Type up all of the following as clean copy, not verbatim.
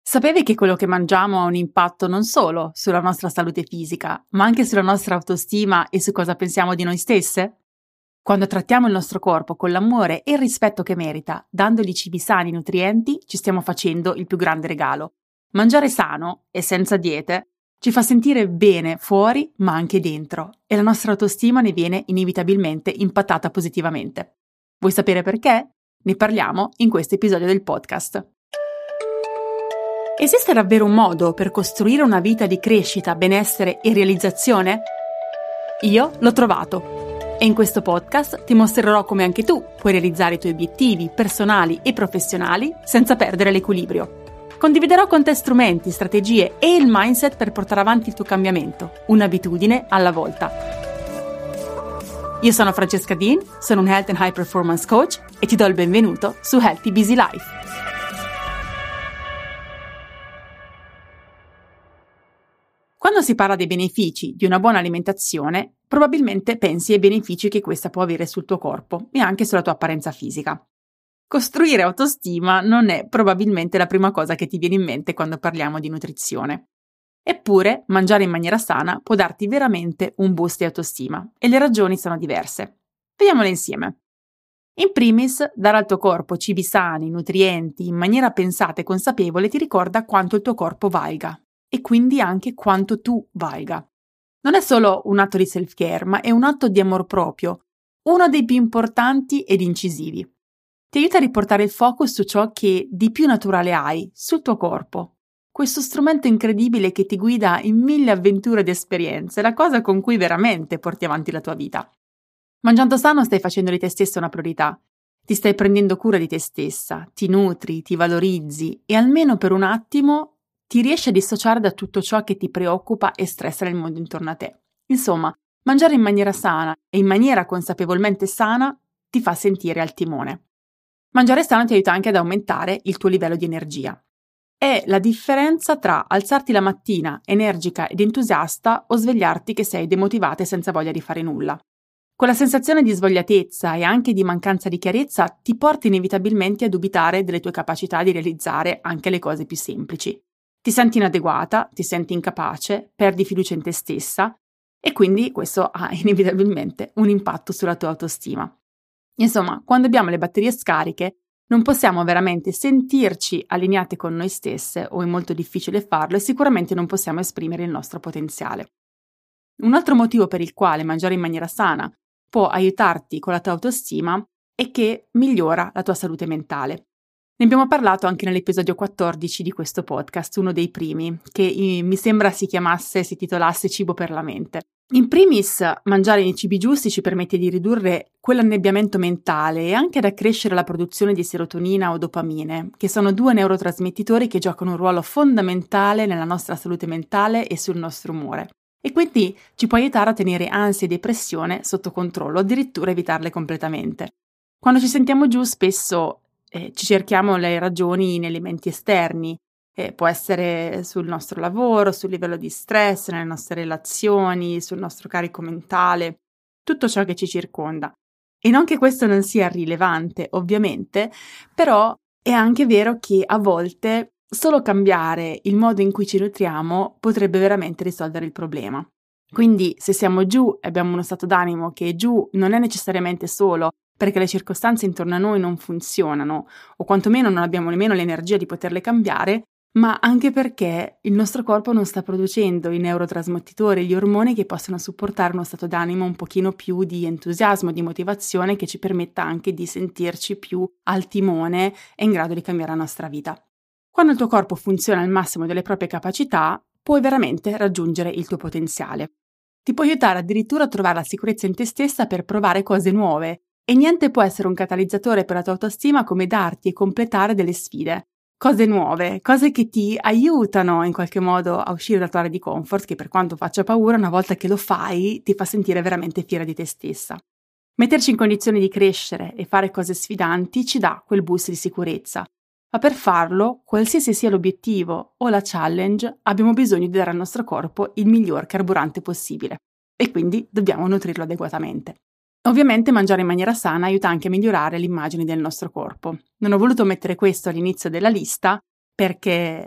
Sapevi che quello che mangiamo ha un impatto non solo sulla nostra salute fisica, ma anche sulla nostra autostima e su cosa pensiamo di noi stesse? Quando trattiamo il nostro corpo con l'amore e il rispetto che merita, dandogli cibi sani e nutrienti, ci stiamo facendo il più grande regalo. Mangiare sano e senza diete ci fa sentire bene fuori, ma anche dentro, e la nostra autostima ne viene inevitabilmente impattata positivamente. Vuoi sapere perché? Ne parliamo in questo episodio del podcast. Esiste davvero un modo per costruire una vita di crescita, benessere e realizzazione? Io l'ho trovato e in questo podcast ti mostrerò come anche tu puoi realizzare i tuoi obiettivi personali e professionali senza perdere l'equilibrio. Condividerò con te strumenti, strategie e il mindset per portare avanti il tuo cambiamento, un'abitudine alla volta. Io sono Francesca Dean, sono un Health and High Performance Coach e ti do il benvenuto su Healthy Busy Life. Quando si parla dei benefici di una buona alimentazione, probabilmente pensi ai benefici che questa può avere sul tuo corpo e anche sulla tua apparenza fisica. Costruire autostima non è probabilmente la prima cosa che ti viene in mente quando parliamo di nutrizione. Eppure, mangiare in maniera sana può darti veramente un boost di autostima e le ragioni sono diverse. Vediamole insieme. In primis, dare al tuo corpo cibi sani, nutrienti, in maniera pensata e consapevole ti ricorda quanto il tuo corpo valga. E quindi anche quanto tu valga. Non è solo un atto di self-care, ma è un atto di amor proprio, uno dei più importanti ed incisivi. Ti aiuta a riportare il focus su ciò che di più naturale hai, sul tuo corpo. Questo strumento incredibile che ti guida in 1000 avventure ed esperienze, la cosa con cui veramente porti avanti la tua vita. Mangiando sano stai facendo di te stessa una priorità. Ti stai prendendo cura di te stessa, ti nutri, ti valorizzi e almeno per un attimo ti riesci a dissociare da tutto ciò che ti preoccupa e stressa nel mondo intorno a te. Insomma, mangiare in maniera sana e in maniera consapevolmente sana ti fa sentire al timone. Mangiare sano ti aiuta anche ad aumentare il tuo livello di energia. È la differenza tra alzarti la mattina energica ed entusiasta o svegliarti che sei demotivata e senza voglia di fare nulla. Quella sensazione di svogliatezza e anche di mancanza di chiarezza ti porta inevitabilmente a dubitare delle tue capacità di realizzare anche le cose più semplici. Ti senti inadeguata, ti senti incapace, perdi fiducia in te stessa e quindi questo ha inevitabilmente un impatto sulla tua autostima. Insomma, quando abbiamo le batterie scariche, non possiamo veramente sentirci allineate con noi stesse o è molto difficile farlo e sicuramente non possiamo esprimere il nostro potenziale. Un altro motivo per il quale mangiare in maniera sana può aiutarti con la tua autostima è che migliora la tua salute mentale. Ne abbiamo parlato anche nell'episodio 14 di questo podcast, uno dei primi, che mi sembra si titolasse Cibo per la mente. In primis, mangiare i cibi giusti ci permette di ridurre quell'annebbiamento mentale e anche ad accrescere la produzione di serotonina o dopamine, che sono due neurotrasmettitori che giocano un ruolo fondamentale nella nostra salute mentale e sul nostro umore. E quindi ci può aiutare a tenere ansia e depressione sotto controllo, addirittura evitarle completamente. Quando ci sentiamo giù, spesso ci cerchiamo le ragioni in elementi esterni, può essere sul nostro lavoro, sul livello di stress, nelle nostre relazioni, sul nostro carico mentale, tutto ciò che ci circonda. E non che questo non sia rilevante, ovviamente, però è anche vero che a volte solo cambiare il modo in cui ci nutriamo potrebbe veramente risolvere il problema. Quindi se siamo giù e abbiamo uno stato d'animo che è giù, non è necessariamente solo perché le circostanze intorno a noi non funzionano o quantomeno non abbiamo nemmeno l'energia di poterle cambiare, ma anche perché il nostro corpo non sta producendo i neurotrasmettitori, gli ormoni che possono supportare uno stato d'animo un pochino più di entusiasmo, di motivazione che ci permetta anche di sentirci più al timone e in grado di cambiare la nostra vita. Quando il tuo corpo funziona al massimo delle proprie capacità, puoi veramente raggiungere il tuo potenziale. Ti può aiutare addirittura a trovare la sicurezza in te stessa per provare cose nuove e niente può essere un catalizzatore per la tua autostima come darti e completare delle sfide. Cose nuove, cose che ti aiutano in qualche modo a uscire dalla tua area di comfort, che per quanto faccia paura, una volta che lo fai ti fa sentire veramente fiera di te stessa. Metterci in condizione di crescere e fare cose sfidanti ci dà quel boost di sicurezza. Ma per farlo, qualsiasi sia l'obiettivo o la challenge, abbiamo bisogno di dare al nostro corpo il miglior carburante possibile e quindi dobbiamo nutrirlo adeguatamente. Ovviamente mangiare in maniera sana aiuta anche a migliorare l'immagine del nostro corpo. Non ho voluto mettere questo all'inizio della lista perché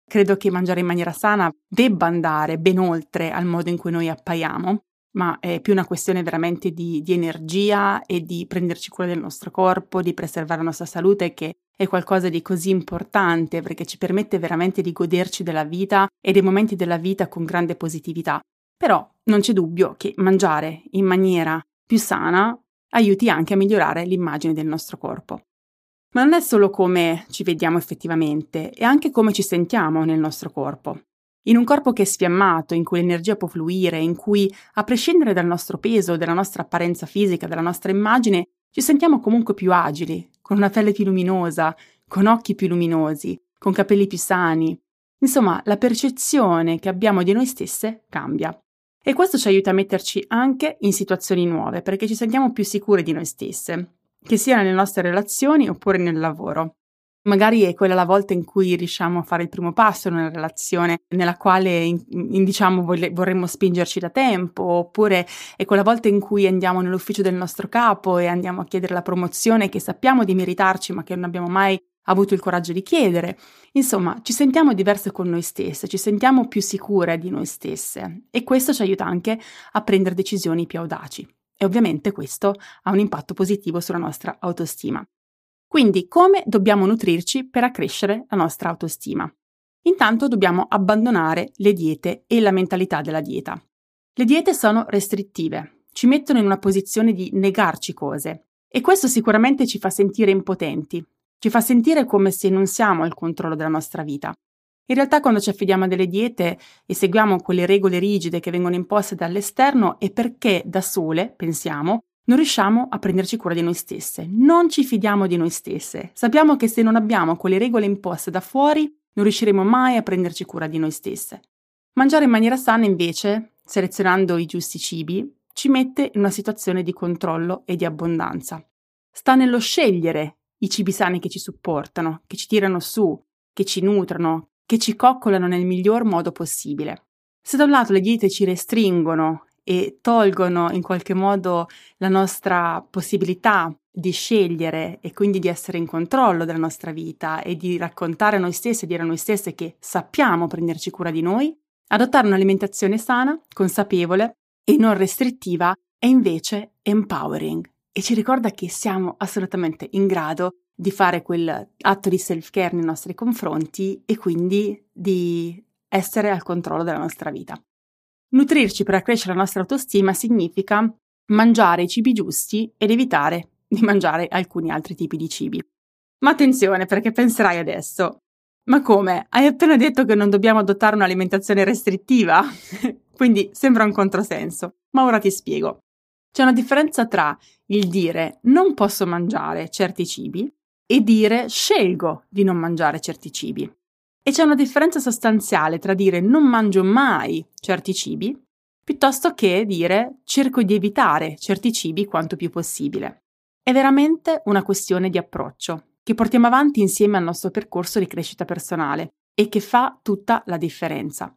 credo che mangiare in maniera sana debba andare ben oltre al modo in cui noi appaiamo, ma è più una questione veramente di energia e di prenderci cura del nostro corpo, di preservare la nostra salute, che è qualcosa di così importante perché ci permette veramente di goderci della vita e dei momenti della vita con grande positività. Però non c'è dubbio che mangiare in maniera più sana aiuti anche a migliorare l'immagine del nostro corpo. Ma non è solo come ci vediamo effettivamente, è anche come ci sentiamo nel nostro corpo. In un corpo che è sfiammato, in cui l'energia può fluire, in cui, a prescindere dal nostro peso, dalla nostra apparenza fisica, dalla nostra immagine, ci sentiamo comunque più agili, con una pelle più luminosa, con occhi più luminosi, con capelli più sani. Insomma, la percezione che abbiamo di noi stesse cambia. E questo ci aiuta a metterci anche in situazioni nuove, perché ci sentiamo più sicure di noi stesse, che sia nelle nostre relazioni oppure nel lavoro. Magari è quella la volta in cui riusciamo a fare il primo passo in una relazione nella quale diciamo vorremmo spingerci da tempo, oppure è quella volta in cui andiamo nell'ufficio del nostro capo e andiamo a chiedere la promozione che sappiamo di meritarci ma che non abbiamo mai avuto il coraggio di chiedere. Insomma, ci sentiamo diverse con noi stesse, ci sentiamo più sicure di noi stesse e questo ci aiuta anche a prendere decisioni più audaci. E ovviamente questo ha un impatto positivo sulla nostra autostima. Quindi, come dobbiamo nutrirci per accrescere la nostra autostima? Intanto dobbiamo abbandonare le diete e la mentalità della dieta. Le diete sono restrittive, ci mettono in una posizione di negarci cose e questo sicuramente ci fa sentire impotenti, ci fa sentire come se non siamo al controllo della nostra vita. In realtà quando ci affidiamo a delle diete e seguiamo quelle regole rigide che vengono imposte dall'esterno è perché da sole, pensiamo, non riusciamo a prenderci cura di noi stesse, non ci fidiamo di noi stesse. Sappiamo che se non abbiamo quelle regole imposte da fuori non riusciremo mai a prenderci cura di noi stesse. Mangiare in maniera sana invece, selezionando i giusti cibi, ci mette in una situazione di controllo e di abbondanza. Sta nello scegliere i cibi sani che ci supportano, che ci tirano su, che ci nutrono, che ci coccolano nel miglior modo possibile. Se da un lato le diete ci restringono e tolgono in qualche modo la nostra possibilità di scegliere e quindi di essere in controllo della nostra vita e di raccontare a noi stessi e dire a noi stesse che sappiamo prenderci cura di noi, adottare un'alimentazione sana, consapevole e non restrittiva è invece empowering e ci ricorda che siamo assolutamente in grado di fare quel atto di self-care nei nostri confronti e quindi di essere al controllo della nostra vita. Nutrirci per accrescere la nostra autostima significa mangiare i cibi giusti ed evitare di mangiare alcuni altri tipi di cibi. Ma attenzione, perché penserai adesso: ma come? Hai appena detto che non dobbiamo adottare un'alimentazione restrittiva? Quindi sembra un controsenso, ma ora ti spiego. C'è una differenza tra il dire non posso mangiare certi cibi e dire scelgo di non mangiare certi cibi. E c'è una differenza sostanziale tra dire non mangio mai certi cibi piuttosto che dire cerco di evitare certi cibi quanto più possibile. È veramente una questione di approccio che portiamo avanti insieme al nostro percorso di crescita personale e che fa tutta la differenza.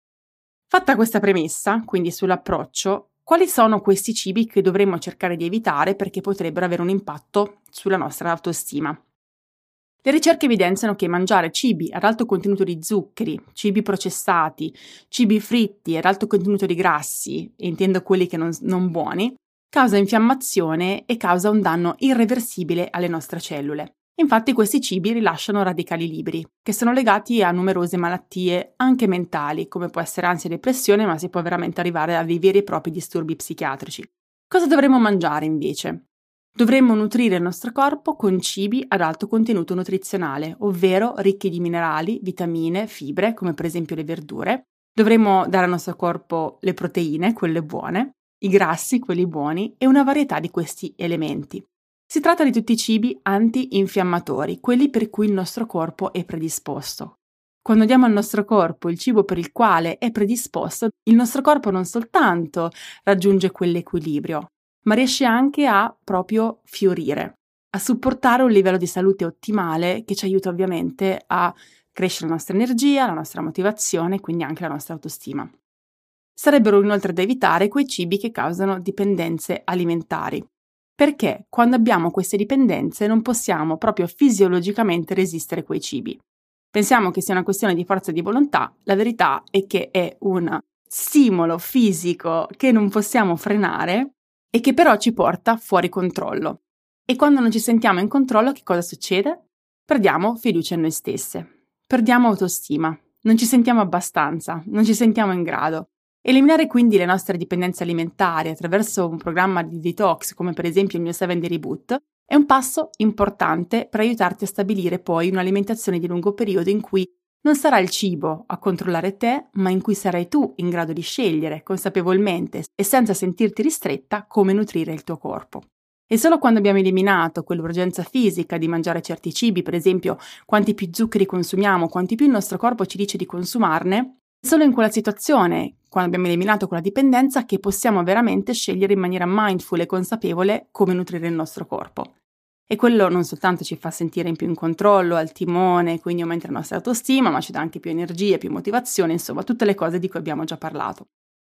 Fatta questa premessa, quindi sull'approccio, quali sono questi cibi che dovremmo cercare di evitare perché potrebbero avere un impatto sulla nostra autostima? Le ricerche evidenziano che mangiare cibi ad alto contenuto di zuccheri, cibi processati, cibi fritti ad alto contenuto di grassi, e intendo quelli che non buoni, causa infiammazione e causa un danno irreversibile alle nostre cellule. Infatti questi cibi rilasciano radicali liberi, che sono legati a numerose malattie anche mentali, come può essere ansia e depressione, ma si può veramente arrivare a dei veri e propri disturbi psichiatrici. Cosa dovremmo mangiare invece? Dovremmo nutrire il nostro corpo con cibi ad alto contenuto nutrizionale, ovvero ricchi di minerali, vitamine, fibre, come per esempio le verdure. Dovremmo dare al nostro corpo le proteine, quelle buone, i grassi, quelli buoni, e una varietà di questi elementi. Si tratta di tutti i cibi antinfiammatori, quelli per cui il nostro corpo è predisposto. Quando diamo al nostro corpo il cibo per il quale è predisposto, il nostro corpo non soltanto raggiunge quell'equilibrio, ma riesce anche a proprio fiorire, a supportare un livello di salute ottimale che ci aiuta ovviamente a crescere la nostra energia, la nostra motivazione e quindi anche la nostra autostima. Sarebbero inoltre da evitare quei cibi che causano dipendenze alimentari, perché quando abbiamo queste dipendenze non possiamo proprio fisiologicamente resistere a quei cibi. Pensiamo che sia una questione di forza di volontà, la verità è che è un stimolo fisico che non possiamo frenare e che però ci porta fuori controllo. E quando non ci sentiamo in controllo, che cosa succede? Perdiamo fiducia in noi stesse, perdiamo autostima, non ci sentiamo abbastanza, non ci sentiamo in grado. Eliminare quindi le nostre dipendenze alimentari attraverso un programma di detox, come per esempio il mio 7 Day Reboot, è un passo importante per aiutarti a stabilire poi un'alimentazione di lungo periodo in cui non sarà il cibo a controllare te, ma in cui sarai tu in grado di scegliere consapevolmente e senza sentirti ristretta come nutrire il tuo corpo. E solo quando abbiamo eliminato quell'urgenza fisica di mangiare certi cibi, per esempio quanti più zuccheri consumiamo, quanti più il nostro corpo ci dice di consumarne, solo in quella situazione, quando abbiamo eliminato quella dipendenza, che possiamo veramente scegliere in maniera mindful e consapevole come nutrire il nostro corpo. E quello non soltanto ci fa sentire in più in controllo, al timone, quindi aumenta la nostra autostima, ma ci dà anche più energia, più motivazione, insomma tutte le cose di cui abbiamo già parlato.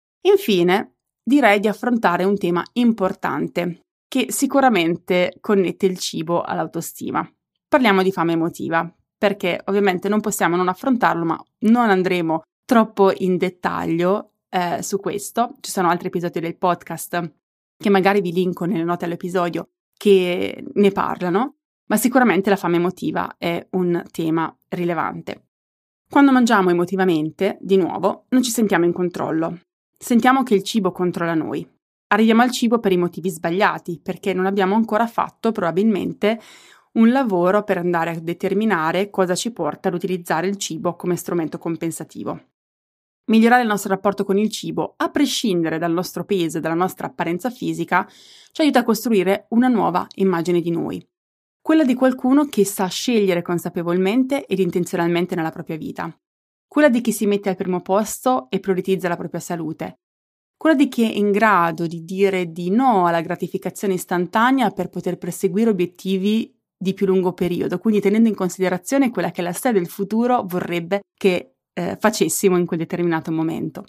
Infine, direi di affrontare un tema importante che sicuramente connette il cibo all'autostima. Parliamo di fame emotiva, perché ovviamente non possiamo non affrontarlo, ma non andremo troppo in dettaglio su questo. Ci sono altri episodi del podcast che magari vi linko nelle note all'episodio che ne parlano, ma sicuramente la fame emotiva è un tema rilevante. Quando mangiamo emotivamente, di nuovo, non ci sentiamo in controllo. Sentiamo che il cibo controlla noi. Arriviamo al cibo per i motivi sbagliati, perché non abbiamo ancora fatto probabilmente un lavoro per andare a determinare cosa ci porta ad utilizzare il cibo come strumento compensativo. Migliorare il nostro rapporto con il cibo, a prescindere dal nostro peso e dalla nostra apparenza fisica, ci aiuta a costruire una nuova immagine di noi. Quella di qualcuno che sa scegliere consapevolmente ed intenzionalmente nella propria vita. Quella di chi si mette al primo posto e prioritizza la propria salute. Quella di chi è in grado di dire di no alla gratificazione istantanea per poter perseguire obiettivi di più lungo periodo, quindi tenendo in considerazione quella che la strada del futuro vorrebbe che facessimo in quel determinato momento.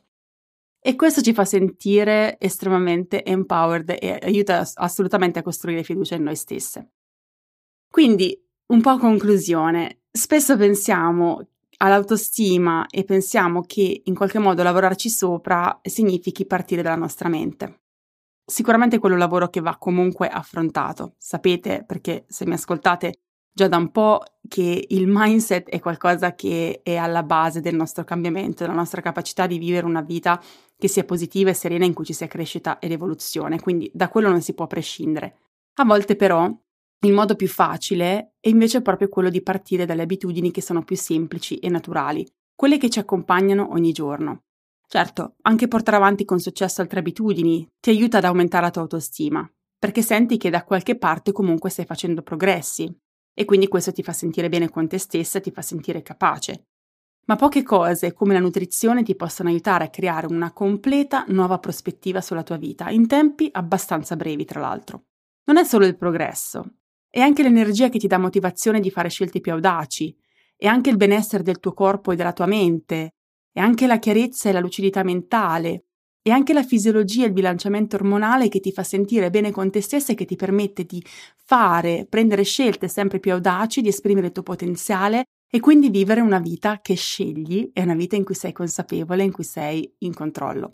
E questo ci fa sentire estremamente empowered e aiuta assolutamente a costruire fiducia in noi stesse. Quindi, un po' a conclusione, spesso pensiamo all'autostima e pensiamo che in qualche modo lavorarci sopra significhi partire dalla nostra mente. Sicuramente quello è un lavoro che va comunque affrontato. Sapete, perché se mi ascoltate già da un po', che il mindset è qualcosa che è alla base del nostro cambiamento, della nostra capacità di vivere una vita che sia positiva e serena, in cui ci sia crescita ed evoluzione, quindi da quello non si può prescindere. A volte però il modo più facile è invece proprio quello di partire dalle abitudini che sono più semplici e naturali, quelle che ci accompagnano ogni giorno. Certo, anche portare avanti con successo altre abitudini ti aiuta ad aumentare la tua autostima, perché senti che da qualche parte comunque stai facendo progressi. E quindi questo ti fa sentire bene con te stessa e ti fa sentire capace. Ma poche cose, come la nutrizione, ti possono aiutare a creare una completa nuova prospettiva sulla tua vita, in tempi abbastanza brevi, tra l'altro. Non è solo il progresso, è anche l'energia che ti dà motivazione di fare scelte più audaci, è anche il benessere del tuo corpo e della tua mente, è anche la chiarezza e la lucidità mentale, e anche la fisiologia e il bilanciamento ormonale che ti fa sentire bene con te stessa e che ti permette di prendere scelte sempre più audaci, di esprimere il tuo potenziale e quindi vivere una vita che scegli e una vita in cui sei consapevole, in cui sei in controllo.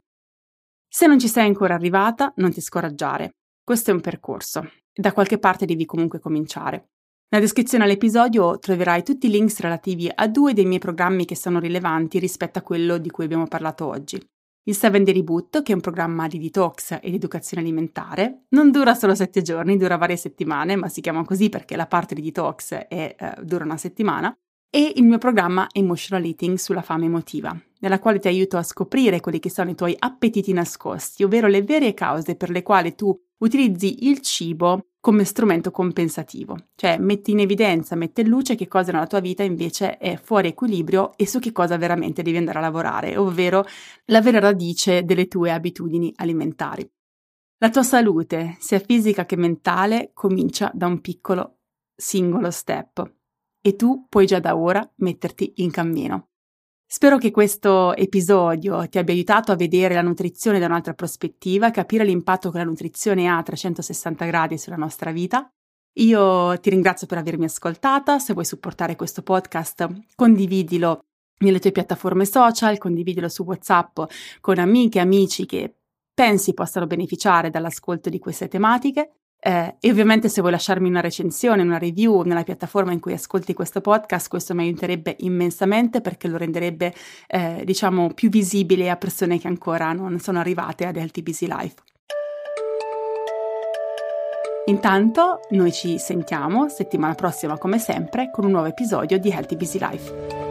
Se non ci sei ancora arrivata, non ti scoraggiare. Questo è un percorso. Da qualche parte devi comunque cominciare. Nella descrizione all'episodio troverai tutti i links relativi a 2 dei miei programmi che sono rilevanti rispetto a quello di cui abbiamo parlato oggi. Il 7 Day Reboot, che è un programma di detox e di educazione alimentare, non dura solo 7 giorni, dura varie settimane, ma si chiama così perché la parte di detox dura una settimana, e il mio programma Emotional Eating sulla fame emotiva, nella quale ti aiuto a scoprire quelli che sono i tuoi appetiti nascosti, ovvero le vere cause per le quali tu utilizzi il cibo come strumento compensativo, cioè metti in evidenza, metti in luce che cosa nella tua vita invece è fuori equilibrio e su che cosa veramente devi andare a lavorare, ovvero la vera radice delle tue abitudini alimentari. La tua salute, sia fisica che mentale, comincia da un piccolo singolo step e tu puoi già da ora metterti in cammino. Spero che questo episodio ti abbia aiutato a vedere la nutrizione da un'altra prospettiva, capire l'impatto che la nutrizione ha a 360 gradi sulla nostra vita Io ti ringrazio per avermi ascoltata. Se vuoi supportare questo podcast, condividilo nelle tue piattaforme social, condividilo su WhatsApp con amiche e amici che pensi possano beneficiare dall'ascolto di queste tematiche. E ovviamente se vuoi lasciarmi una recensione, una review nella piattaforma in cui ascolti questo podcast, questo mi aiuterebbe immensamente perché lo renderebbe più visibile a persone che ancora non sono arrivate ad Healthy Busy Life. Intanto noi ci sentiamo settimana prossima come sempre con un nuovo episodio di Healthy Busy Life.